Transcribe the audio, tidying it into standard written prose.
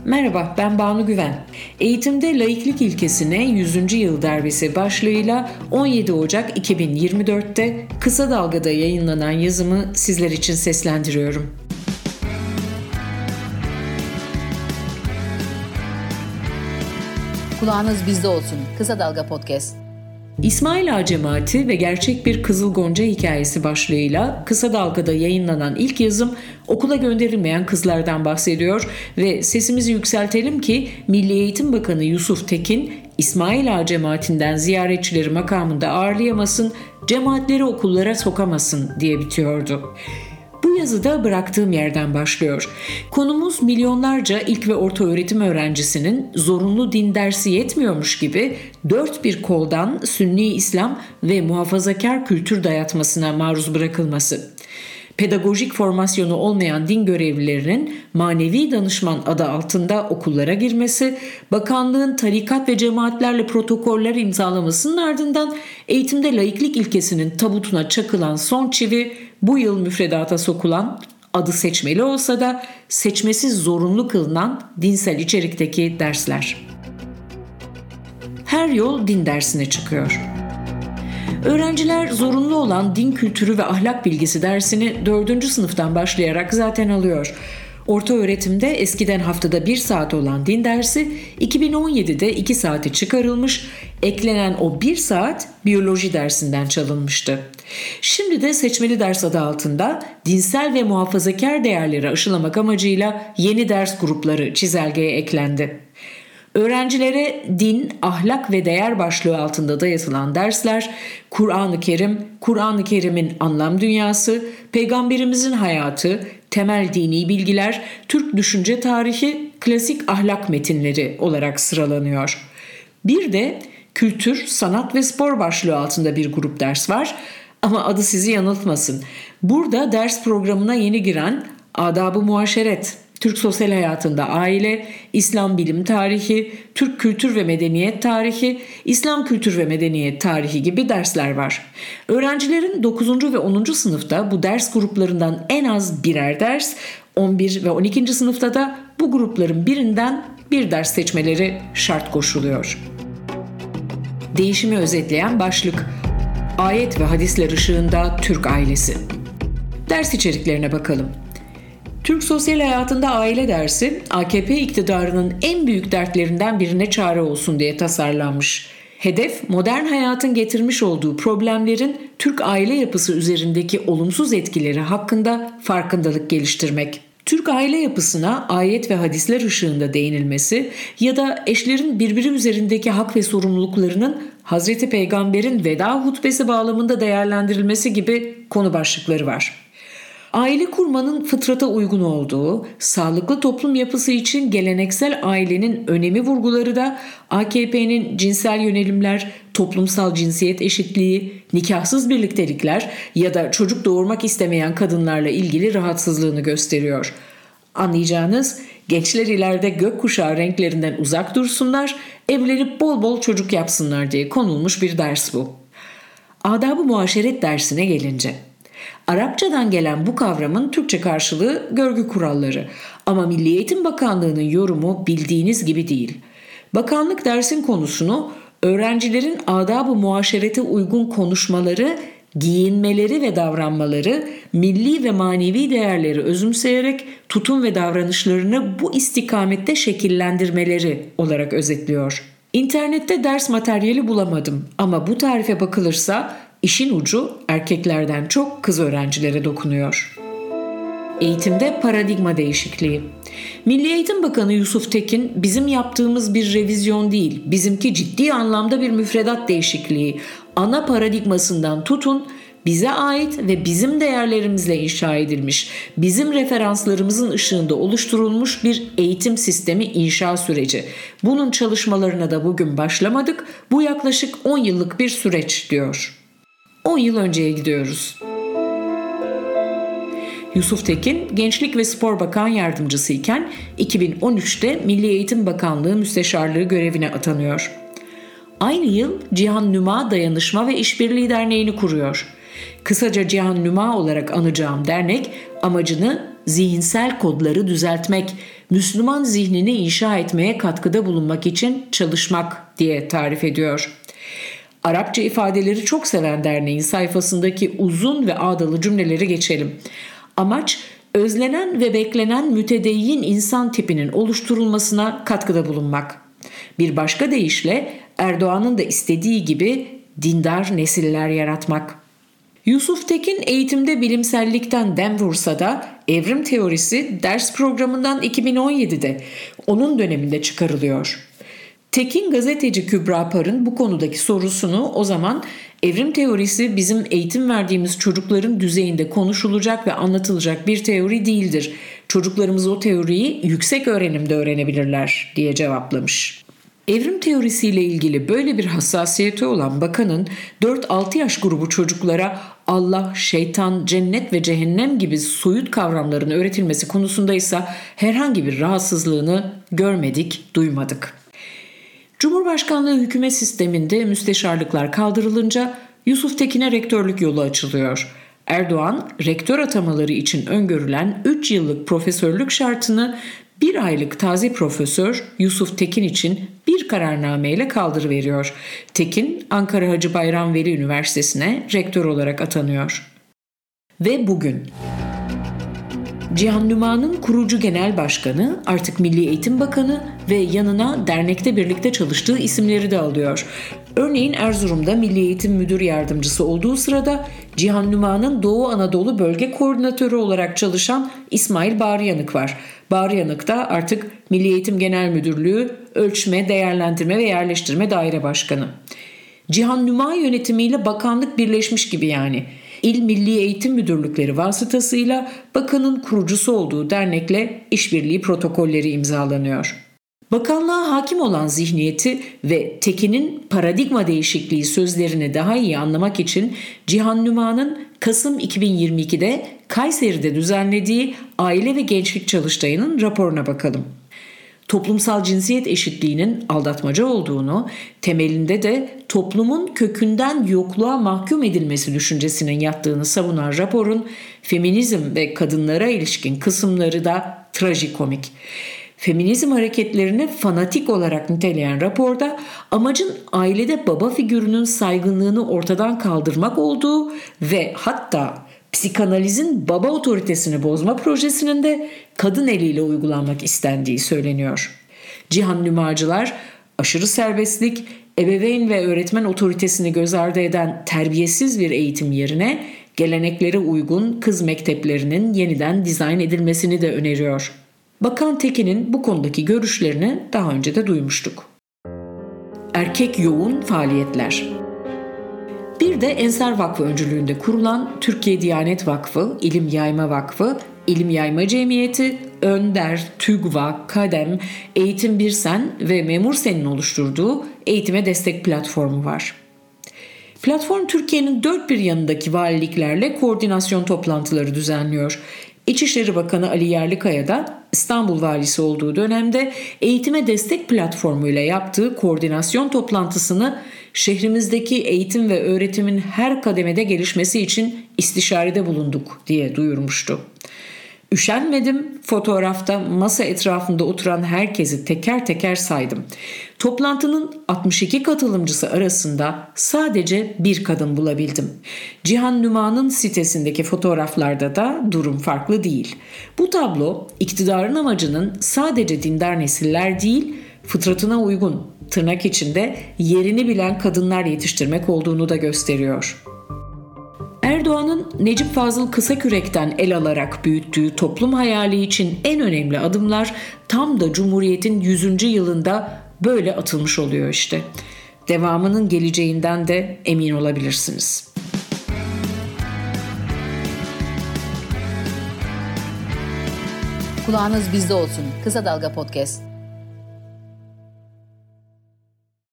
Merhaba, ben Banu Güven. Eğitimde laiklik ilkesine 100. yıl darbesi başlığıyla 17 Ocak 2024'te Kısa Dalga'da yayınlanan yazımı sizler için seslendiriyorum. Kulağınız bizde olsun. Kısa Dalga Podcast. İsmail Ağa Cemaati ve Gerçek Bir Kızıl Gonca Hikayesi başlığıyla Kısa Dalga'da yayınlanan ilk yazım okula gönderilmeyen kızlardan bahsediyor ve sesimizi yükseltelim ki Milli Eğitim Bakanı Yusuf Tekin, İsmail Ağa Cemaati'nden ziyaretçileri makamında ağırlayamasın, cemaatleri okullara sokamasın diye bitiyordu. Bu yazıda bıraktığım yerden başlıyor. Konumuz milyonlarca ilk ve orta öğretim öğrencisinin zorunlu din dersi yetmiyormuş gibi dört bir koldan Sünni İslam ve muhafazakar kültür dayatmasına maruz bırakılması. Pedagojik formasyonu olmayan din görevlilerinin manevi danışman adı altında okullara girmesi, bakanlığın tarikat ve cemaatlerle protokoller imzalamasının ardından eğitimde laiklik ilkesinin tabutuna çakılan son çivi bu yıl müfredata sokulan, adı seçmeli olsa da seçmesiz zorunlu kılınan dinsel içerikteki dersler. Her yol din dersine çıkıyor. Öğrenciler zorunlu olan din kültürü ve ahlak bilgisi dersini 4. sınıftan başlayarak zaten alıyor. Orta öğretimde eskiden haftada 1 saat olan din dersi 2017'de 2 saate çıkarılmış, eklenen o 1 saat biyoloji dersinden çalınmıştı. Şimdi de seçmeli ders adı altında dinsel ve muhafazakar değerleri aşılamak amacıyla yeni ders grupları çizelgeye eklendi. Öğrencilere din, ahlak ve değer başlığı altında dayatılan dersler, Kur'an-ı Kerim, Kur'an-ı Kerim'in anlam dünyası, Peygamberimizin hayatı, temel dini bilgiler, Türk düşünce tarihi, klasik ahlak metinleri olarak sıralanıyor. Bir de kültür, sanat ve spor başlığı altında bir grup ders var ama adı sizi yanıltmasın. Burada ders programına yeni giren Adab-ı Muaşeret, Türk sosyal hayatında aile, İslam bilim tarihi, Türk kültür ve medeniyet tarihi, İslam kültür ve medeniyet tarihi gibi dersler var. Öğrencilerin 9. ve 10. sınıfta bu ders gruplarından en az birer ders, 11 ve 12. sınıfta da bu grupların birinden bir ders seçmeleri şart koşuluyor. Değişimi özetleyen başlık: Ayet ve hadisler ışığında Türk ailesi. Ders içeriklerine bakalım. Türk sosyal hayatında aile dersi, AKP iktidarının en büyük dertlerinden birine çare olsun diye tasarlanmış. Hedef, modern hayatın getirmiş olduğu problemlerin Türk aile yapısı üzerindeki olumsuz etkileri hakkında farkındalık geliştirmek. Türk aile yapısına ayet ve hadisler ışığında değinilmesi ya da eşlerin birbiri üzerindeki hak ve sorumluluklarının Hazreti Peygamber'in veda hutbesi bağlamında değerlendirilmesi gibi konu başlıkları var. Aile kurmanın fıtrata uygun olduğu, sağlıklı toplum yapısı için geleneksel ailenin önemi vurguları da AKP'nin cinsel yönelimler, toplumsal cinsiyet eşitliği, nikahsız birliktelikler ya da çocuk doğurmak istemeyen kadınlarla ilgili rahatsızlığını gösteriyor. Anlayacağınız, gençler ileride gökkuşağı renklerinden uzak dursunlar, evlenip bol bol çocuk yapsınlar diye konulmuş bir ders bu. Adab-ı Muaşeret dersine gelince, Arapçadan gelen bu kavramın Türkçe karşılığı görgü kuralları ama Milli Eğitim Bakanlığı'nın yorumu bildiğiniz gibi değil. Bakanlık dersin konusunu öğrencilerin adab-ı muaşerete uygun konuşmaları, giyinmeleri ve davranmaları, milli ve manevi değerleri özümseyerek tutum ve davranışlarını bu istikamette şekillendirmeleri olarak özetliyor. İnternette ders materyali bulamadım ama bu tarife bakılırsa İşin ucu erkeklerden çok kız öğrencilere dokunuyor. Eğitimde paradigma değişikliği. Milli Eğitim Bakanı Yusuf Tekin, bizim yaptığımız bir revizyon değil, bizimki ciddi anlamda bir müfredat değişikliği, ana paradigmasından tutun, bize ait ve bizim değerlerimizle inşa edilmiş, bizim referanslarımızın ışığında oluşturulmuş bir eğitim sistemi inşa süreci. Bunun çalışmalarına da bugün başlamadık, bu yaklaşık 10 yıllık bir süreç diyor. 10 yıl önceye gidiyoruz. Yusuf Tekin, Gençlik ve Spor Bakan Yardımcısı iken 2013'te Milli Eğitim Bakanlığı Müsteşarlığı görevine atanıyor. Aynı yıl Cihan Nüma Dayanışma ve İşbirliği Derneği'ni kuruyor. Kısaca Cihan Nüma olarak anacağım dernek amacını zihinsel kodları düzeltmek, Müslüman zihnini inşa etmeye katkıda bulunmak için çalışmak diye tarif ediyor. Arapça ifadeleri çok seven derneğin sayfasındaki uzun ve ağdalı cümleleri geçelim. Amaç, özlenen ve beklenen mütedeyyin insan tipinin oluşturulmasına katkıda bulunmak. Bir başka deyişle Erdoğan'ın da istediği gibi dindar nesiller yaratmak. Yusuf Tekin eğitimde bilimsellikten dem vursa da evrim teorisi ders programından 2017'de onun döneminde çıkarılıyor. Tekin gazeteci Kübra Par'ın bu konudaki sorusunu o zaman evrim teorisi bizim eğitim verdiğimiz çocukların düzeyinde konuşulacak ve anlatılacak bir teori değildir. Çocuklarımız o teoriyi yüksek öğrenimde öğrenebilirler diye cevaplamış. Evrim teorisiyle ilgili böyle bir hassasiyeti olan bakanın 4-6 yaş grubu çocuklara Allah, şeytan, cennet ve cehennem gibi soyut kavramların öğretilmesi konusunda ise herhangi bir rahatsızlığını görmedik, duymadık. Cumhurbaşkanlığı hükümet sisteminde müsteşarlıklar kaldırılınca Yusuf Tekin'e rektörlük yolu açılıyor. Erdoğan, rektör atamaları için öngörülen 3 yıllık profesörlük şartını 1 aylık taze profesör Yusuf Tekin için bir kararnameyle kaldırıveriyor. Tekin, Ankara Hacı Bayram Veli Üniversitesi'ne rektör olarak atanıyor. Ve bugün Cihan Nüma'nın kurucu genel başkanı, artık Milli Eğitim Bakanı ve yanına dernekte birlikte çalıştığı isimleri de alıyor. Örneğin Erzurum'da Milli Eğitim Müdür Yardımcısı olduğu sırada Cihan Nüma'nın Doğu Anadolu Bölge Koordinatörü olarak çalışan İsmail Bağrıyanık var. Bağrıyanık da artık Milli Eğitim Genel Müdürlüğü Ölçme, Değerlendirme ve Yerleştirme Daire Başkanı. Cihan Nüma yönetimiyle bakanlık birleşmiş gibi yani. İl Milli Eğitim Müdürlükleri vasıtasıyla bakanın kurucusu olduğu dernekle işbirliği protokolleri imzalanıyor. Bakanlığa hakim olan zihniyeti ve Tekin'in paradigma değişikliği sözlerini daha iyi anlamak için Cihan Nüma'nın Kasım 2022'de Kayseri'de düzenlediği Aile ve Gençlik Çalıştayı'nın raporuna bakalım. Toplumsal cinsiyet eşitliğinin aldatmaca olduğunu, temelinde de toplumun kökünden yokluğa mahkum edilmesi düşüncesinin yattığını savunan raporun feminizm ve kadınlara ilişkin kısımları da trajikomik. Feminizm hareketlerini fanatik olarak niteleyen raporda amacın ailede baba figürünün saygınlığını ortadan kaldırmak olduğu ve hatta psikanalizin baba otoritesini bozma projesinin de kadın eliyle uygulanmak istendiği söyleniyor. Cihan Nümacılar aşırı serbestlik, ebeveyn ve öğretmen otoritesini göz ardı eden terbiyesiz bir eğitim yerine geleneklere uygun kız mekteplerinin yeniden dizayn edilmesini de öneriyor. Bakan Tekin'in bu konudaki görüşlerini daha önce de duymuştuk. Erkek yoğun faaliyetler. Bir de Ensar Vakfı öncülüğünde kurulan Türkiye Diyanet Vakfı, İlim Yayma Vakfı, İlim Yayma Cemiyeti, Önder, TÜGVA, KADEM, Eğitim Birsen ve Memur Sen'in oluşturduğu eğitime destek platformu var. Platform Türkiye'nin dört bir yanındaki valiliklerle koordinasyon toplantıları düzenliyor. İçişleri Bakanı Ali Yerlikaya da İstanbul Valisi olduğu dönemde eğitime destek platformuyla yaptığı koordinasyon toplantısını şehrimizdeki eğitim ve öğretimin her kademede gelişmesi için istişarede bulunduk diye duyurmuştu. Üşenmedim, fotoğrafta masa etrafında oturan herkesi teker teker saydım. Toplantının 62 katılımcısı arasında sadece bir kadın bulabildim. Cihan Nüma'nın sitesindeki fotoğraflarda da durum farklı değil. Bu tablo iktidarın amacının sadece dindar nesiller değil, fıtratına uygun, tırnak içinde yerini bilen kadınlar yetiştirmek olduğunu da gösteriyor. Erdoğan'ın Necip Fazıl Kısakürek'ten el alarak büyüttüğü toplum hayali için en önemli adımlar tam da Cumhuriyet'in 100. yılında böyle atılmış oluyor işte. Devamının geleceğinden de emin olabilirsiniz. Kulağınız bizde olsun. Kısa Dalga Podcast.